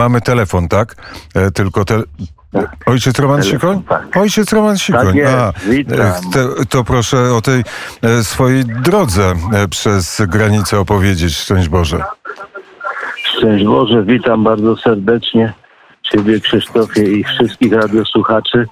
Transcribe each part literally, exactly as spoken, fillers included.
Mamy telefon, tak? E, tylko te... Ojciec Roman Sikoń? Tak. Ojciec Roman Sikoń. Tak jest, A, witam. to, to proszę o tej e, swojej drodze e, przez granicę opowiedzieć. Szczęść Boże. Szczęść Boże, witam bardzo serdecznie Ciebie, Krzysztofie, i wszystkich radiosłuchaczy.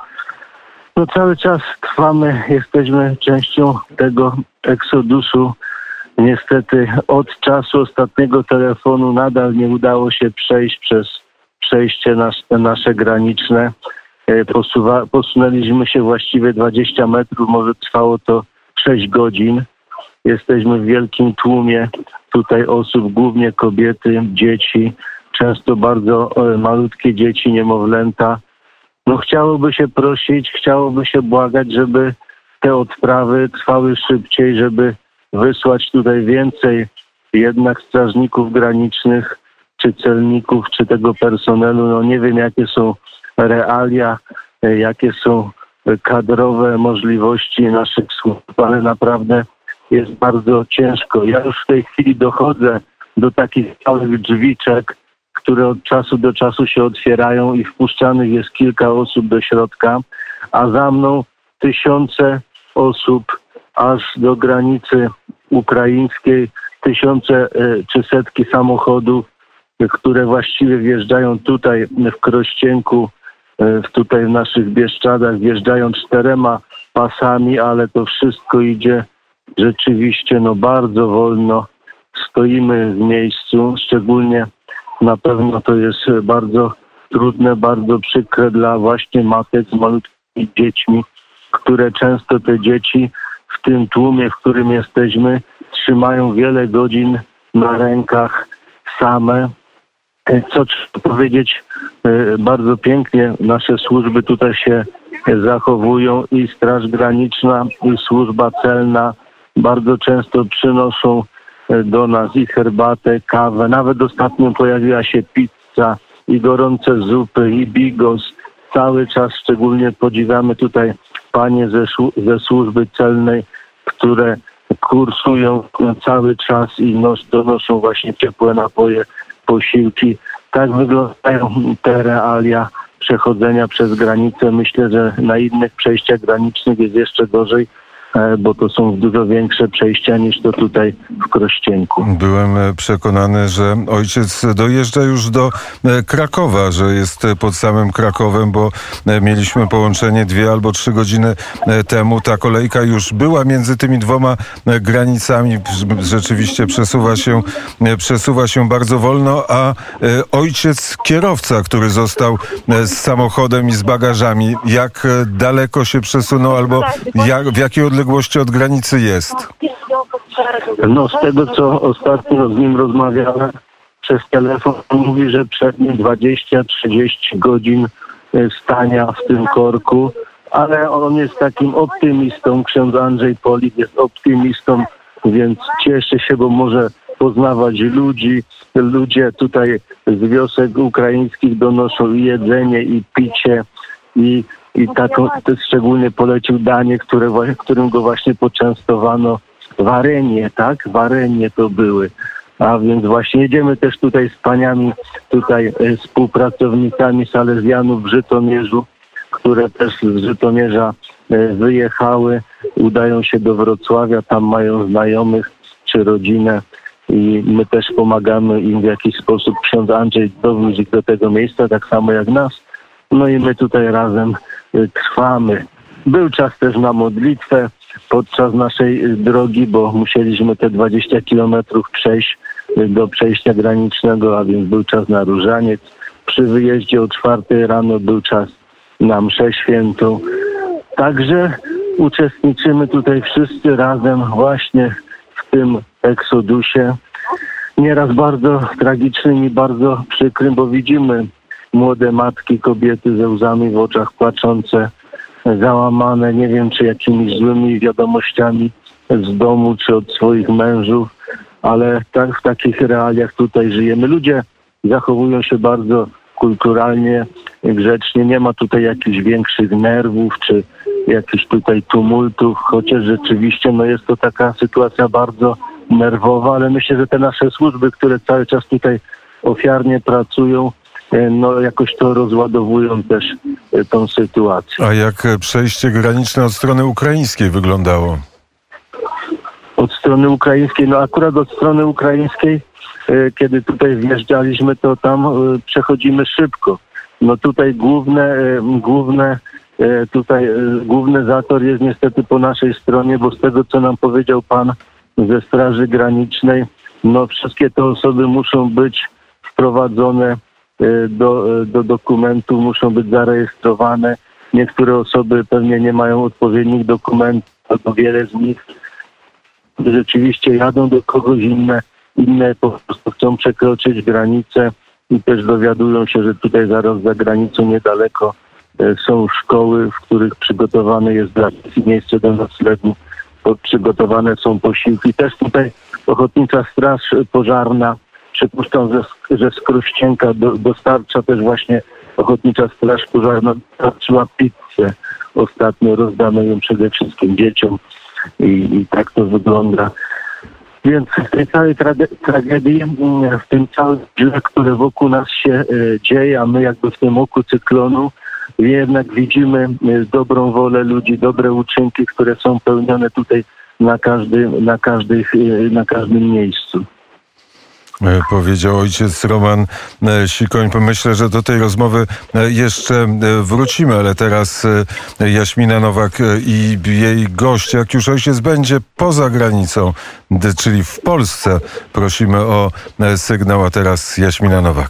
No cały czas trwamy, jesteśmy częścią tego eksodusu. Niestety od czasu ostatniego telefonu nadal nie udało się przejść przez przejście nas, nasze graniczne. Posuwa, posunęliśmy się właściwie dwadzieścia metrów, może trwało to sześć godzin. Jesteśmy w wielkim tłumie tutaj osób, głównie kobiety, dzieci, często bardzo malutkie dzieci, niemowlęta. No chciałoby się prosić, chciałoby się błagać, żeby te odprawy trwały szybciej, żeby wysłać tutaj więcej jednak strażników granicznych, czy celników, czy tego personelu. No nie wiem, jakie są realia, jakie są kadrowe możliwości naszych służb, ale naprawdę jest bardzo ciężko. Ja już w tej chwili dochodzę do takich małych drzwiczek, które od czasu do czasu się otwierają i wpuszczanych jest kilka osób do środka, a za mną tysiące osób aż do granicy ukraińskiej, tysiące czy setki samochodów, które właściwie wjeżdżają tutaj w Krościenku, tutaj w naszych Bieszczadach, wjeżdżają czterema pasami, ale to wszystko idzie rzeczywiście no bardzo wolno. Stoimy w miejscu, szczególnie na pewno to jest bardzo trudne, bardzo przykre dla właśnie matek z malutkimi dziećmi, które często te dzieci w tym tłumie, w którym jesteśmy, trzymają wiele godzin na rękach same. Co trzeba powiedzieć, bardzo pięknie nasze służby tutaj się zachowują, i Straż Graniczna, i Służba Celna bardzo często przynoszą do nas i herbatę, kawę. Nawet ostatnio pojawiła się pizza i gorące zupy i bigos. Cały czas szczególnie podziwiamy tutaj panie ze, ze Służby Celnej, które kursują cały czas i nos, donoszą właśnie ciepłe napoje, posiłki. Tak wyglądają te realia przechodzenia przez granicę. Myślę, że na innych przejściach granicznych jest jeszcze gorzej, bo to są dużo większe przejścia niż to tutaj w Krościenku. Byłem przekonany, że ojciec dojeżdża już do Krakowa, że jest pod samym Krakowem, bo mieliśmy połączenie dwie albo trzy godziny temu. Ta kolejka już była między tymi dwoma granicami. Rzeczywiście przesuwa się, przesuwa się bardzo wolno, a ojciec kierowca, który został z samochodem i z bagażami, jak daleko się przesunął, albo jak, w jakiej odległości od granicy jest? No z tego, co ostatnio z nim rozmawiałem przez telefon, mówi, że przed nim dwadzieścia trzydzieści godzin stania w tym korku, ale on jest takim optymistą. Ksiądz Andrzej Polik jest optymistą, więc cieszy się, bo może poznawać ludzi. Ludzie tutaj z wiosek ukraińskich donoszą i jedzenie, i picie, i I taką, to szczególnie polecił danie, które, którym go właśnie poczęstowano. Warenie, tak? Warenie to były. A więc właśnie jedziemy też tutaj z paniami, tutaj współpracownikami Salezjanów w Żytomierzu, które też z Żytomierza wyjechały, udają się do Wrocławia, tam mają znajomych czy rodzinę i my też pomagamy im w jakiś sposób. Ksiądz Andrzej dowiózł ich do tego miejsca, tak samo jak nas. No i my tutaj razem trwamy. Był czas też na modlitwę podczas naszej drogi, bo musieliśmy te dwadzieścia kilometrów przejść do przejścia granicznego, a więc był czas na różaniec. Przy wyjeździe o czwartej rano był czas na mszę świętą. Także uczestniczymy tutaj wszyscy razem właśnie w tym eksodusie. Nieraz bardzo tragicznym i bardzo przykrym, bo widzimy młode matki, kobiety ze łzami w oczach, płaczące, załamane, nie wiem czy jakimiś złymi wiadomościami z domu, czy od swoich mężów, ale tak, w takich realiach tutaj żyjemy. Ludzie zachowują się bardzo kulturalnie, grzecznie, nie ma tutaj jakichś większych nerwów, czy jakichś tutaj tumultów, chociaż rzeczywiście no jest to taka sytuacja bardzo nerwowa, ale myślę, że te nasze służby, które cały czas tutaj ofiarnie pracują, no jakoś to rozładowują też tą sytuację. A jak przejście graniczne od strony ukraińskiej wyglądało? Od strony ukraińskiej, no akurat od strony ukraińskiej, kiedy tutaj wjeżdżaliśmy, to tam przechodzimy szybko. No tutaj główne, główne, tutaj główny zator jest niestety po naszej stronie, bo z tego, co nam powiedział pan ze Straży Granicznej, no wszystkie te osoby muszą być wprowadzone do, do dokumentu, muszą być zarejestrowane. Niektóre osoby pewnie nie mają odpowiednich dokumentów, albo wiele z nich rzeczywiście jadą do kogoś, inne, inne po prostu chcą przekroczyć granicę i też dowiadują się, że tutaj zaraz za granicą niedaleko są szkoły, w których przygotowane jest dla nich miejsce do noclegu, przygotowane są posiłki. Też tutaj Ochotnicza Straż Pożarna, przypuszczam, że, że z Krościenka do, dostarcza też właśnie Ochotnicza Straż Pożarna dostarczyła pizzę. Ostatnio rozdano ją przede wszystkim dzieciom i, i tak to wygląda. Więc w tej całej trage- tragedii, w tym całym źle, które wokół nas się e, dzieje, a my jakby w tym oku cyklonu, jednak widzimy e, dobrą wolę ludzi, dobre uczynki, które są pełnione tutaj na, każdy, na, każdych, e, na każdym miejscu. Powiedział ojciec Roman Sikoń. Myślę, że do tej rozmowy jeszcze wrócimy, ale teraz Jaśmina Nowak i jej gość, jak już ojciec będzie poza granicą, czyli w Polsce, prosimy o sygnał, a teraz Jaśmina Nowak.